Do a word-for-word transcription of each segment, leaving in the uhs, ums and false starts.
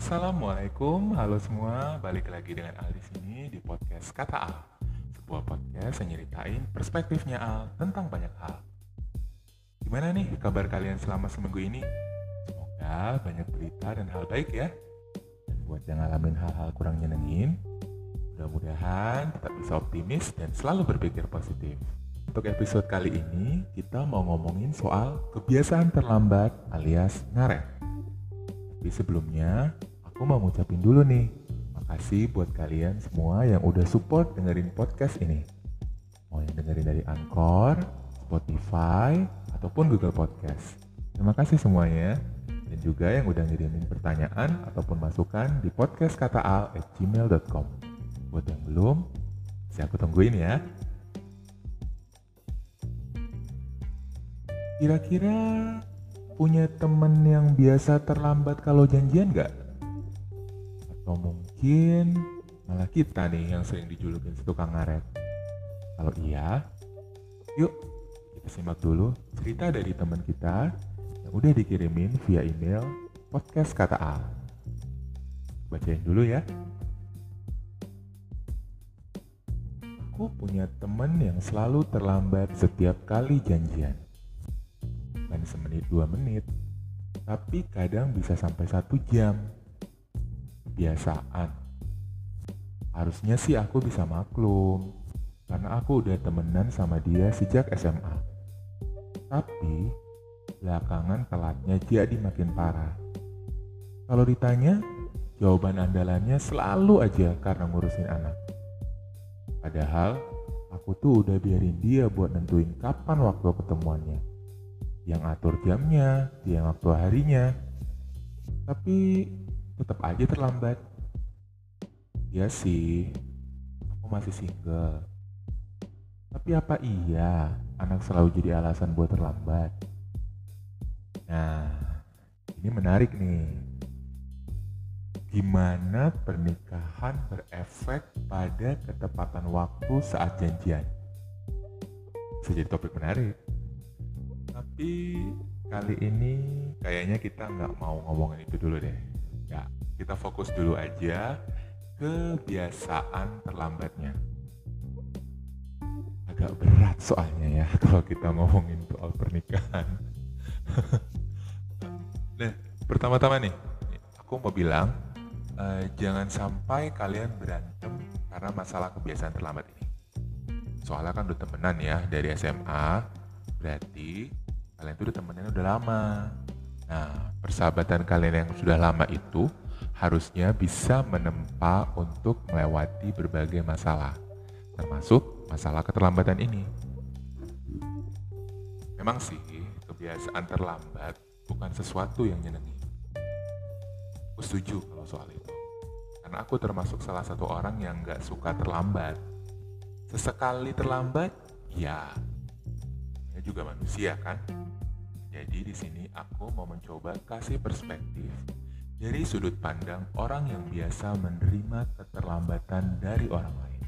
Assalamualaikum, halo semua. Balik lagi dengan Al di sini di podcast Kata Al. Sebuah podcast yang nyeritain perspektifnya Al tentang banyak hal. Gimana nih kabar kalian selama seminggu ini? Semoga banyak berita dan hal baik ya. Dan buat yang ngalamin hal-hal kurang nyenengin, mudah-mudahan tetap bisa optimis dan selalu berpikir positif. Untuk episode kali ini, kita mau ngomongin soal kebiasaan terlambat alias ngaret. Tapi sebelumnya, aku mau ngucapin dulu nih, makasih buat kalian semua yang udah support dengerin podcast ini. Mau yang dengerin dari Anchor, Spotify, ataupun Google Podcast. Terima kasih semuanya. Dan juga yang udah ngirimin pertanyaan ataupun masukan di podcast kata al at gmail dot com. Buat yang belum, bisa aku tungguin ya. Kira-kira punya temen yang biasa terlambat kalau janjian gak? Atau mungkin malah kita nih yang sering dijulukin si tukang ngaret. Kalau iya, yuk kita simak dulu cerita dari teman kita yang udah dikirimin via email podcast kata al. Bacain dulu ya. Aku punya teman yang selalu terlambat setiap kali janjian. Bukan semenit dua menit, tapi kadang bisa sampai satu jam. Kebiasaan. Harusnya sih aku bisa maklum, karena aku udah temenan sama dia sejak S M A. Tapi belakangan telatnya jadi makin parah. Kalau ditanya, jawaban andalannya selalu aja karena ngurusin anak. Padahal aku tuh udah biarin dia buat nentuin kapan waktu ketemuannya. Yang atur jamnya, dia yang waktu harinya. Tapi tetap aja terlambat. Ya sih, aku masih single. Tapi apa iya anak selalu jadi alasan buat terlambat? Nah, ini menarik nih. Gimana pernikahan berefek pada ketepatan waktu saat janjian? Bisa jadi topik menarik. Tapi kali ini kayaknya kita nggak mau ngomongin itu dulu deh. Ya, kita fokus dulu aja kebiasaan terlambatnya. Agak berat soalnya ya kalau kita ngomongin soal pernikahan. Nah, pertama-tama nih, aku mau bilang eh, jangan sampai kalian berantem karena masalah kebiasaan terlambat ini. Soalnya kan udah temenan ya dari S M A, berarti kalian tuh udah temenan udah lama. Nah, persahabatan kalian yang sudah lama itu harusnya bisa menempa untuk melewati berbagai masalah, termasuk masalah keterlambatan ini. Memang sih, kebiasaan terlambat bukan sesuatu yang nyenengin. Aku setuju kalau soal itu. Karena aku termasuk salah satu orang yang gak suka terlambat. Sesekali terlambat, ya. Ini juga manusia kan? Jadi di sini aku mau mencoba kasih perspektif dari sudut pandang orang yang biasa menerima keterlambatan dari orang lain.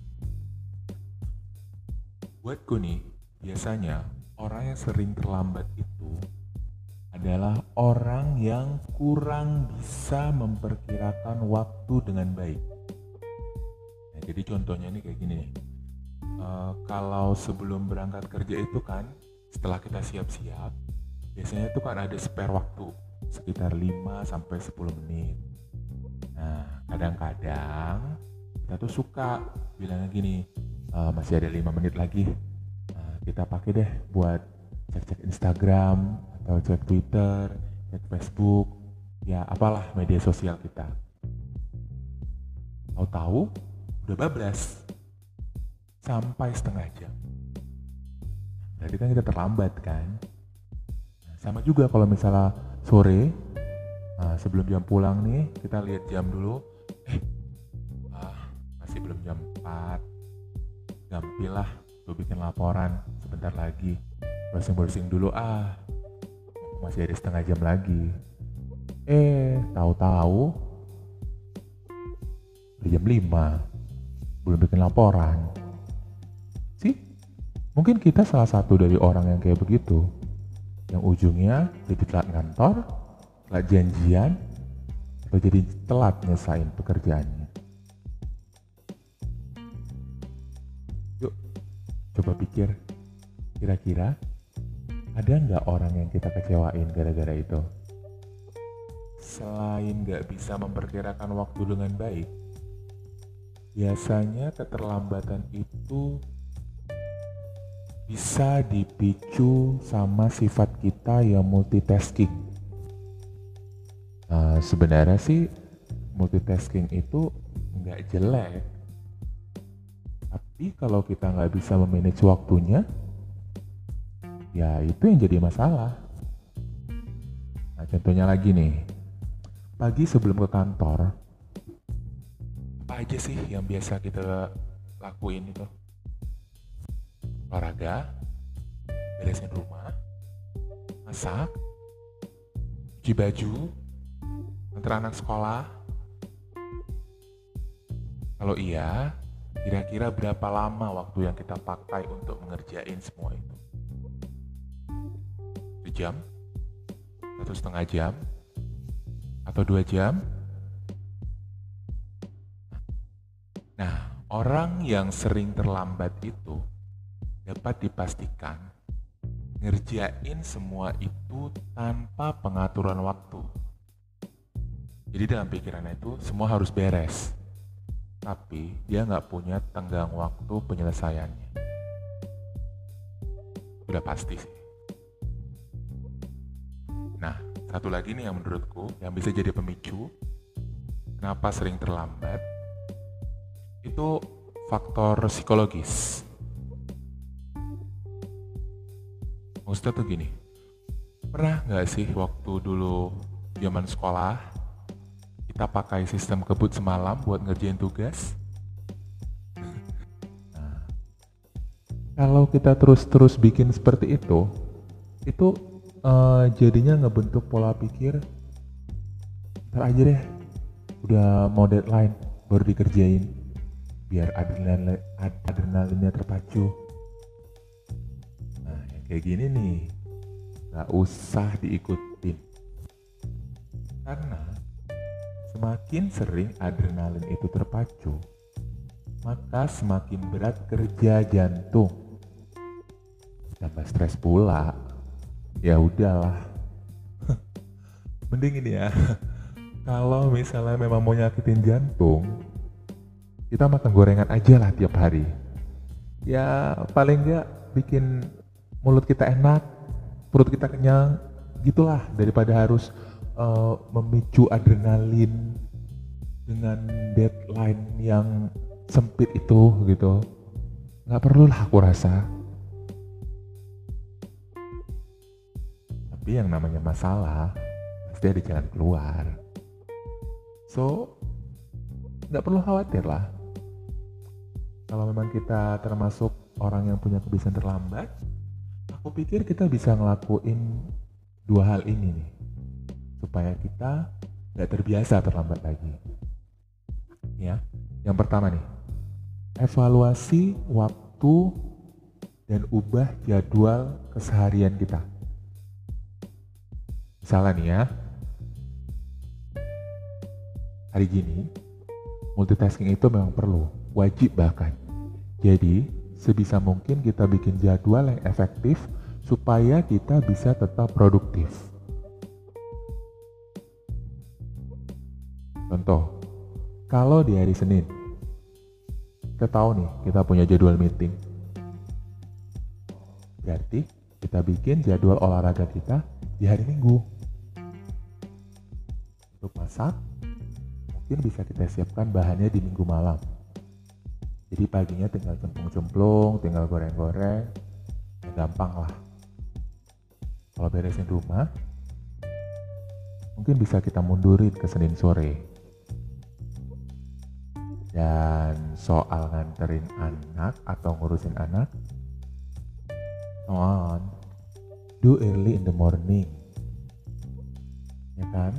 Buatku nih, biasanya orang yang sering terlambat itu adalah orang yang kurang bisa memperkirakan waktu dengan baik. Nah, jadi contohnya nih kayak gini nih. Uh, kalau sebelum berangkat kerja itu kan, setelah kita siap-siap, biasanya tuh kan ada spare waktu sekitar lima sampai sepuluh menit. Nah, kadang-kadang kita tuh suka bilangnya gini, e, masih ada lima menit lagi. Nah, kita pakai deh buat cek-cek Instagram atau cek Twitter, cek Facebook, ya apalah media sosial kita. Tahu-tahu udah bablas sampai setengah jam. Berarti kan kita terlambat kan? Sama juga kalau misalnya sore, nah sebelum jam pulang nih, kita lihat jam dulu, eh, ah, masih belum jam empat, gampilah, gue bikin laporan sebentar lagi, browsing-browsing dulu, ah, masih ada setengah jam lagi. Eh, tahu-tahu, udah jam lima, belum bikin laporan. Sih, mungkin kita salah satu dari orang yang kayak begitu. Yang ujungnya jadi telat kantor, telat janjian, atau jadi telat nyesain pekerjaannya. Yuk, coba pikir, kira-kira ada nggak orang yang kita kecewain gara-gara itu? Selain nggak bisa memperkirakan waktu dengan baik, biasanya keterlambatan itu bisa dipicu sama sifat kita yang multitasking. Nah, sebenarnya sih multitasking itu nggak jelek, tapi kalau kita nggak bisa memanage waktunya, ya itu yang jadi masalah. Nah, contohnya lagi nih, pagi sebelum ke kantor, apa aja sih yang biasa kita lakuin itu? Olahraga, beresin rumah, masak, cuci baju, antar anak sekolah. Kalau iya, kira-kira berapa lama waktu yang kita pakai untuk mengerjain semua itu? Sejam? Satu setengah jam? Atau dua jam? Nah, orang yang sering terlambat itu dapat dipastikan ngerjain semua itu tanpa pengaturan waktu. Jadi dalam pikirannya itu semua harus beres, tapi dia nggak punya tenggang waktu penyelesaiannya. Udah pasti sih. Nah, satu lagi nih yang menurutku yang bisa jadi pemicu kenapa sering terlambat, itu faktor psikologis. Maksudnya tuh gini, pernah nggak sih waktu dulu zaman sekolah kita pakai sistem kebut semalam buat ngerjain tugas? Nah, kalau kita terus-terus bikin seperti itu, itu uh, jadinya ngebentuk pola pikir, ntar aja deh, udah mau deadline baru dikerjain, biar adrenalin, adrenalinnya terpacu. Kayak gini nih, gak usah diikutin. Karena semakin sering adrenalin itu terpacu, maka semakin berat kerja jantung. Tambah stres pula. Ya udahlah. Mending ini ya. Kalau misalnya memang mau nyakitin jantung, kita makan gorengan aja lah tiap hari. Ya paling gak bikin mulut kita enak, perut kita kenyang, gitulah, daripada harus uh, memicu adrenalin dengan deadline yang sempit itu gitu. Nggak perlu lah aku rasa. Tapi yang namanya masalah pasti ada jalan keluar. So, nggak perlu khawatir lah. Kalau memang kita termasuk orang yang punya kebiasaan terlambat, aku pikir kita bisa ngelakuin dua hal ini nih, supaya kita gak terbiasa terlambat lagi. Ya, yang pertama nih, evaluasi waktu dan ubah jadwal keseharian kita. Misalnya nih ya, hari gini multitasking itu memang perlu, wajib bahkan. Jadi sebisa mungkin kita bikin jadwal yang efektif supaya kita bisa tetap produktif. Contoh, kalau di hari Senin, kita tahu nih kita punya jadwal meeting. Berarti kita bikin jadwal olahraga kita di hari Minggu. Untuk masak, mungkin bisa kita siapkan bahannya di Minggu malam. Jadi paginya tinggal cemplung-cemplung, tinggal goreng-goreng, ya gampang lah. Kalau beresin rumah, mungkin bisa kita mundurin ke Senin sore. Dan soal nganterin anak atau ngurusin anak, come on, do early in the morning. Ya kan?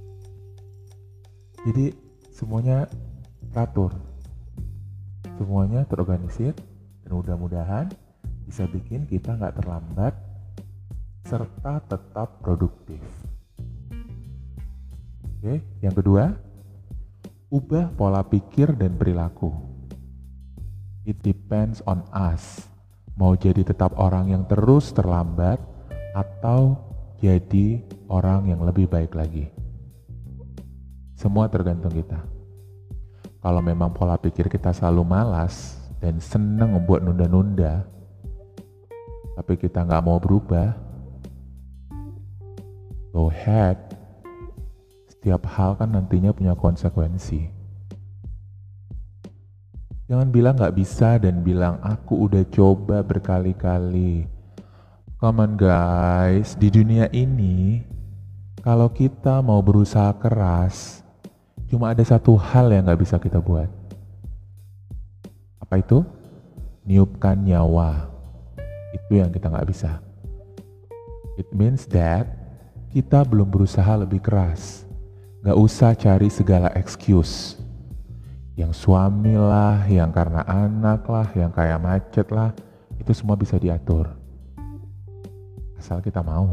Jadi semuanya teratur. Semuanya terorganisir dan mudah-mudahan bisa bikin kita nggak terlambat serta tetap produktif. Oke, yang kedua, ubah pola pikir dan perilaku. It depends on us. Mau jadi tetap orang yang terus terlambat atau jadi orang yang lebih baik lagi. Semua tergantung kita. Kalau memang pola pikir kita selalu malas dan senang membuat nunda-nunda, tapi kita nggak mau berubah, go ahead. Setiap hal kan nantinya punya konsekuensi. Jangan bilang nggak bisa dan bilang aku udah coba berkali-kali. Come on guys, di dunia ini kalau kita mau berusaha keras, cuma ada satu hal yang nggak bisa kita buat. Apa itu? Niupkan nyawa. Itu yang kita nggak bisa. It means that kita belum berusaha lebih keras. Nggak usah cari segala excuse. Yang suami lah, yang karena anak lah, yang kayak macet lah, itu semua bisa diatur. Asal kita mau.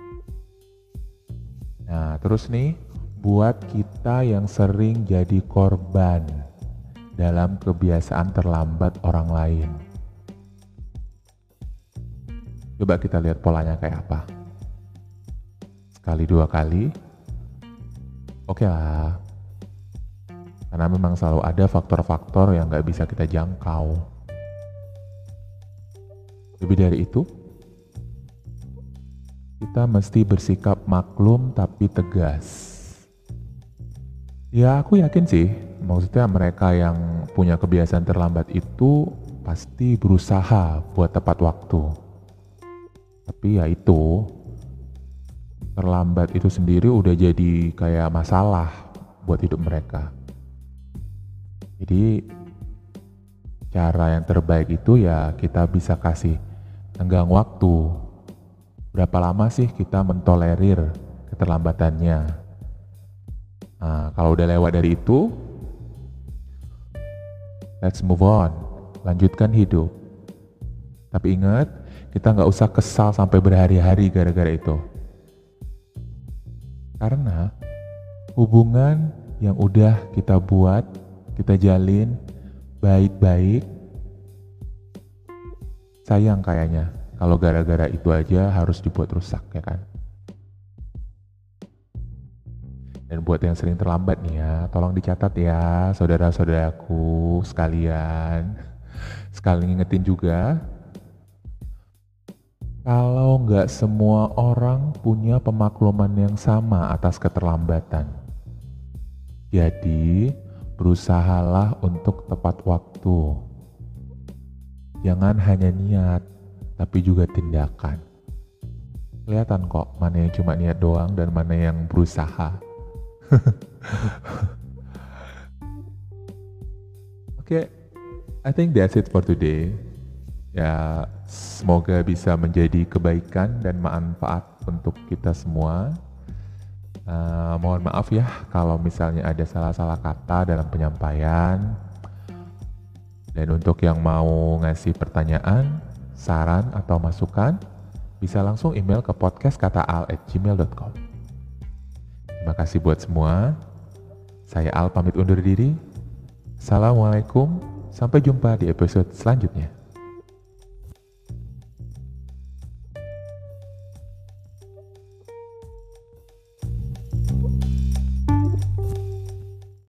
Nah, terus nih, buat kita yang sering jadi korban dalam kebiasaan terlambat orang lain. Coba kita lihat polanya kayak apa. Sekali dua kali, oke lah. Karena memang selalu ada faktor-faktor yang gak bisa kita jangkau. Lebih dari itu, kita mesti bersikap maklum tapi tegas. Ya aku yakin sih, maksudnya mereka yang punya kebiasaan terlambat itu pasti berusaha buat tepat waktu. Tapi ya itu, terlambat itu sendiri udah jadi kayak masalah buat hidup mereka. Jadi cara yang terbaik itu ya kita bisa kasih tenggang waktu. Berapa lama sih kita mentolerir keterlambatannya? Nah, kalau udah lewat dari itu, let's move on, lanjutkan hidup. Tapi ingat, kita nggak usah kesal sampai berhari-hari gara-gara itu. Karena hubungan yang udah kita buat, kita jalin baik-baik, sayang kayaknya kalau gara-gara itu aja harus dibuat rusak, ya kan? Dan buat yang sering terlambat nih ya, tolong dicatat ya saudara-saudaraku sekalian. Sekali ngingetin juga, kalau nggak semua orang punya pemakluman yang sama atas keterlambatan. Jadi, berusahalah untuk tepat waktu. Jangan hanya niat, tapi juga tindakan. Kelihatan kok mana yang cuma niat doang dan mana yang berusaha. Oke, okay, I think that's it for today. Ya, semoga bisa menjadi kebaikan dan manfaat untuk kita semua. Uh, mohon maaf ya kalau misalnya ada salah-salah kata dalam penyampaian. Dan untuk yang mau ngasih pertanyaan, saran atau masukan, bisa langsung email ke podcast kata al at gmail dot com. Terima kasih buat semua. Saya Al pamit undur diri. Assalamualaikum, sampai jumpa di episode selanjutnya. Thank you.